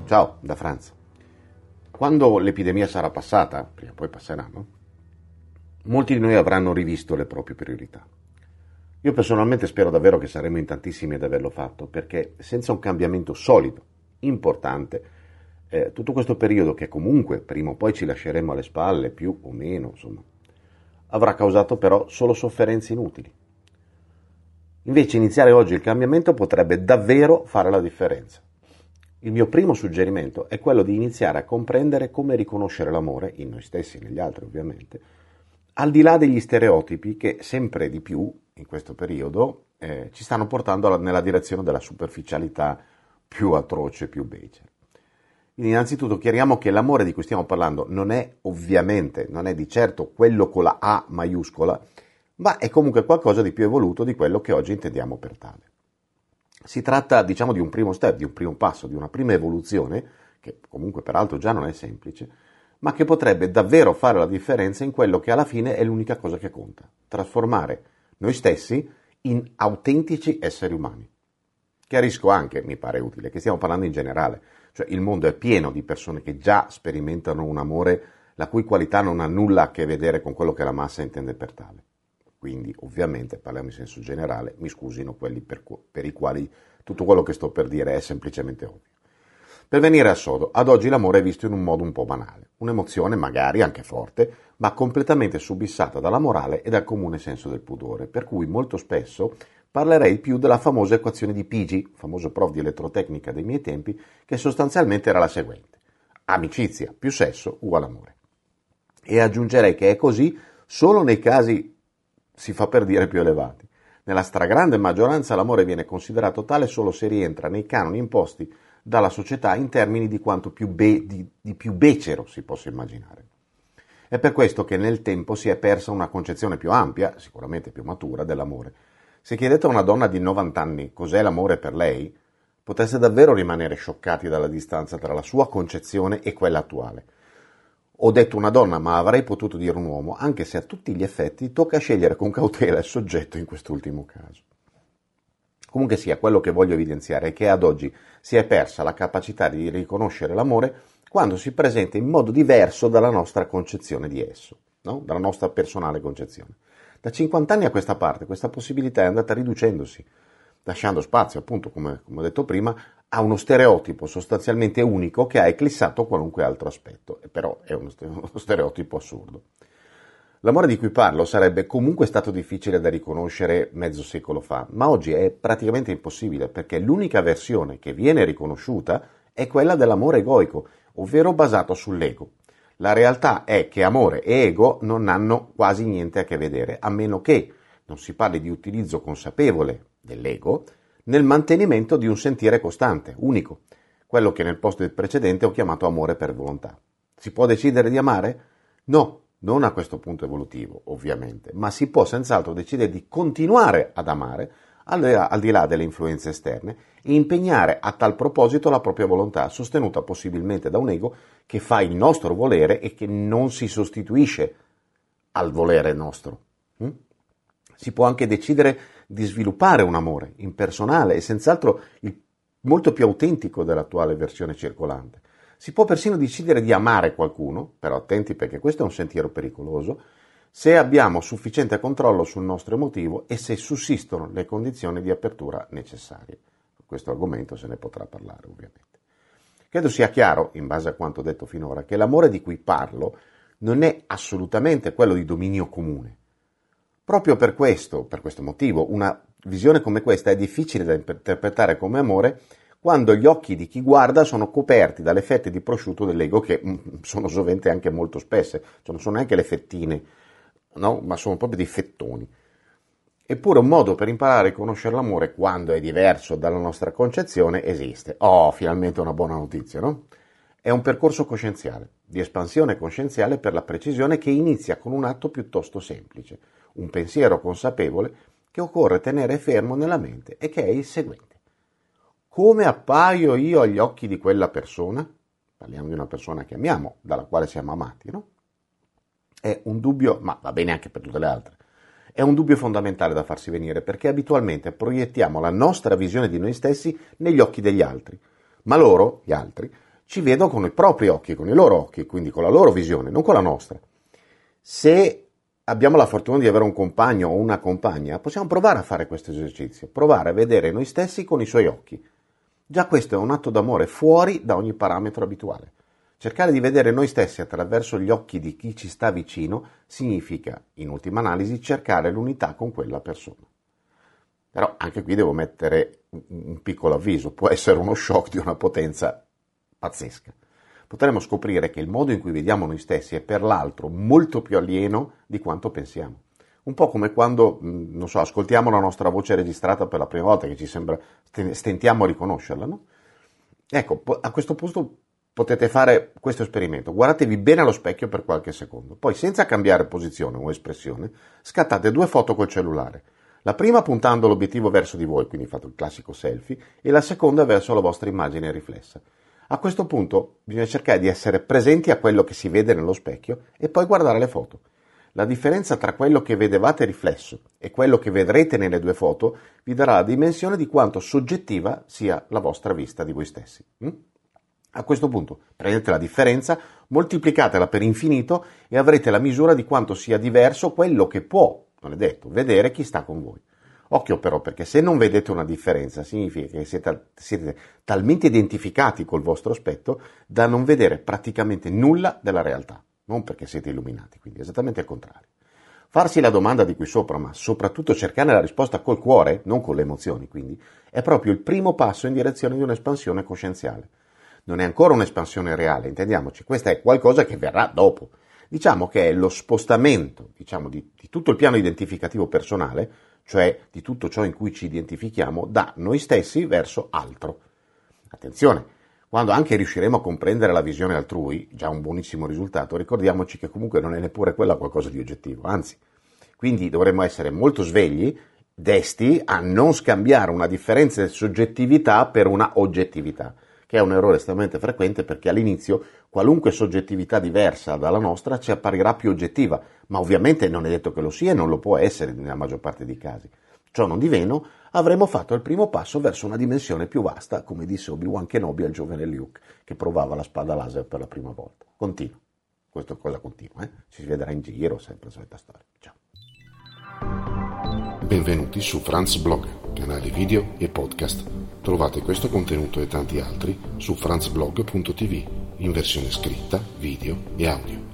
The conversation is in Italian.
Ciao, da Franz. Quando l'epidemia sarà passata, prima o poi passerà, no? Molti di noi avranno rivisto le proprie priorità. Io personalmente spero davvero che saremo in tantissimi ad averlo fatto, perché senza un cambiamento solido, importante, tutto questo periodo che comunque prima o poi ci lasceremo alle spalle, più o meno, insomma, avrà causato però solo sofferenze inutili. Invece iniziare oggi il cambiamento potrebbe davvero fare la differenza. Il mio primo suggerimento è quello di iniziare a comprendere come riconoscere l'amore, in noi stessi e negli altri ovviamente, al di là degli stereotipi che sempre di più, in questo periodo, ci stanno portando nella direzione della superficialità più atroce, più becera. Quindi innanzitutto chiariamo che l'amore di cui stiamo parlando non è di certo quello con la A maiuscola, ma è comunque qualcosa di più evoluto di quello che oggi intendiamo per tale. Si tratta, diciamo, di un primo step, di un primo passo, di una prima evoluzione, che comunque peraltro già non è semplice, ma che potrebbe davvero fare la differenza in quello che alla fine è l'unica cosa che conta: trasformare noi stessi in autentici esseri umani. Chiarisco anche, mi pare utile, che stiamo parlando in generale, cioè il mondo è pieno di persone che già sperimentano un amore la cui qualità non ha nulla a che vedere con quello che la massa intende per tale. Quindi, ovviamente, parliamo in senso generale, mi scusino quelli per i quali tutto quello che sto per dire è semplicemente ovvio. Per venire al sodo, ad oggi l'amore è visto in un modo un po' banale, un'emozione magari anche forte, ma completamente subissata dalla morale e dal comune senso del pudore, per cui molto spesso parlerei più della famosa equazione di Pigi, famoso prof di elettrotecnica dei miei tempi, che sostanzialmente era la seguente: amicizia più sesso uguale amore. E aggiungerei che è così solo nei casi, si fa per dire, più elevati. Nella stragrande maggioranza l'amore viene considerato tale solo se rientra nei canoni imposti dalla società in termini di quanto più becero si possa immaginare. È per questo che nel tempo si è persa una concezione più ampia, sicuramente più matura, dell'amore. Se chiedete a una donna di 90 anni cos'è l'amore per lei, potreste davvero rimanere scioccati dalla distanza tra la sua concezione e quella attuale. Ho detto una donna, ma avrei potuto dire un uomo, anche se a tutti gli effetti tocca scegliere con cautela il soggetto in quest'ultimo caso. Comunque sia, quello che voglio evidenziare è che ad oggi si è persa la capacità di riconoscere l'amore quando si presenta in modo diverso dalla nostra concezione di esso, no? Dalla nostra personale concezione. Da 50 anni a questa parte questa possibilità è andata riducendosi, lasciando spazio, appunto, come ho detto prima, a uno stereotipo sostanzialmente unico che ha eclissato qualunque altro aspetto, e però è uno stereotipo assurdo. L'amore di cui parlo sarebbe comunque stato difficile da riconoscere mezzo secolo fa, ma oggi è praticamente impossibile, perché l'unica versione che viene riconosciuta è quella dell'amore egoico, ovvero basato sull'ego. La realtà è che amore e ego non hanno quasi niente a che vedere, a meno che non si parli di utilizzo consapevole dell'ego nel mantenimento di un sentire costante, unico, quello che nel post precedente ho chiamato amore per volontà. Si può decidere di amare? No, non a questo punto evolutivo, ovviamente, ma si può senz'altro decidere di continuare ad amare al di là delle influenze esterne e impegnare a tal proposito la propria volontà, sostenuta possibilmente da un ego che fa il nostro volere e che non si sostituisce al volere nostro. Si può anche decidere di sviluppare un amore impersonale e senz'altro molto più autentico dell'attuale versione circolante. Si può persino decidere di amare qualcuno, però attenti perché questo è un sentiero pericoloso, se abbiamo sufficiente controllo sul nostro emotivo e se sussistono le condizioni di apertura necessarie. Su questo argomento se ne potrà parlare, ovviamente. Credo sia chiaro, in base a quanto detto finora, che l'amore di cui parlo non è assolutamente quello di dominio comune. Proprio per questo motivo, una visione come questa è difficile da interpretare come amore quando gli occhi di chi guarda sono coperti dalle fette di prosciutto dell'ego, che sono sovente anche molto spesse, cioè non sono neanche le fettine, no? Ma sono proprio dei fettoni. Eppure un modo per imparare a riconoscere l'amore quando è diverso dalla nostra concezione esiste. Oh, finalmente una buona notizia, no? È un percorso coscienziale, di espansione coscienziale per la precisione, che inizia con un atto piuttosto semplice, un pensiero consapevole che occorre tenere fermo nella mente e che è il seguente: come appaio io agli occhi di quella persona? Parliamo di una persona che amiamo, dalla quale siamo amati, no? È un dubbio, ma va bene anche per tutte le altre, è un dubbio fondamentale da farsi venire, perché abitualmente proiettiamo la nostra visione di noi stessi negli occhi degli altri, ma loro, gli altri, ci vedono con i propri occhi, con i loro occhi, quindi con la loro visione, non con la nostra. Se abbiamo la fortuna di avere un compagno o una compagna, possiamo provare a fare questo esercizio, provare a vedere noi stessi con i suoi occhi. Già questo è un atto d'amore fuori da ogni parametro abituale. Cercare di vedere noi stessi attraverso gli occhi di chi ci sta vicino significa, in ultima analisi, cercare l'unità con quella persona. Però anche qui devo mettere un piccolo avviso, può essere uno shock di una potenza pazzesca. Potremmo scoprire che il modo in cui vediamo noi stessi è per l'altro molto più alieno di quanto pensiamo. Un po' come quando, non so, ascoltiamo la nostra voce registrata per la prima volta, che ci sembra, stentiamo a riconoscerla, no? Ecco, a questo punto potete fare questo esperimento. Guardatevi bene allo specchio per qualche secondo. Poi, senza cambiare posizione o espressione, scattate 2 foto col cellulare. La prima puntando l'obiettivo verso di voi, quindi fate il classico selfie, e la seconda verso la vostra immagine riflessa. A questo punto bisogna cercare di essere presenti a quello che si vede nello specchio e poi guardare le foto. La differenza tra quello che vedevate riflesso e quello che vedrete nelle 2 foto vi darà la dimensione di quanto soggettiva sia la vostra vista di voi stessi. A questo punto prendete la differenza, moltiplicatela per infinito e avrete la misura di quanto sia diverso quello che può, non è detto, vedere chi sta con voi. Occhio però, perché se non vedete una differenza significa che siete talmente identificati col vostro aspetto da non vedere praticamente nulla della realtà, non perché siete illuminati, quindi esattamente il contrario. Farsi la domanda di qui sopra, ma soprattutto cercare la risposta col cuore, non con le emozioni, quindi, è proprio il primo passo in direzione di un'espansione coscienziale. Non è ancora un'espansione reale, intendiamoci, questa è qualcosa che verrà dopo. Diciamo che è lo spostamento, di tutto il piano identificativo personale, cioè di tutto ciò in cui ci identifichiamo, da noi stessi verso altro. Attenzione, quando anche riusciremo a comprendere la visione altrui, già un buonissimo risultato, ricordiamoci che comunque non è neppure quella qualcosa di oggettivo, anzi. Quindi dovremmo essere molto svegli, desti a non scambiare una differenza di soggettività per una oggettività, che è un errore estremamente frequente perché all'inizio qualunque soggettività diversa dalla nostra ci apparirà più oggettiva, ma ovviamente non è detto che lo sia e non lo può essere nella maggior parte dei casi. Ciò non di meno, avremo fatto il primo passo verso una dimensione più vasta, come disse Obi-Wan Kenobi al giovane Luke, che provava la spada laser per la prima volta. Continua. Questa cosa continua, Ci si vedrà in giro, sempre la solita storia. Ciao. Benvenuti su Franz Blog, canale video e podcast. Trovate questo contenuto e tanti altri su franzblog.tv in versione scritta, video e audio.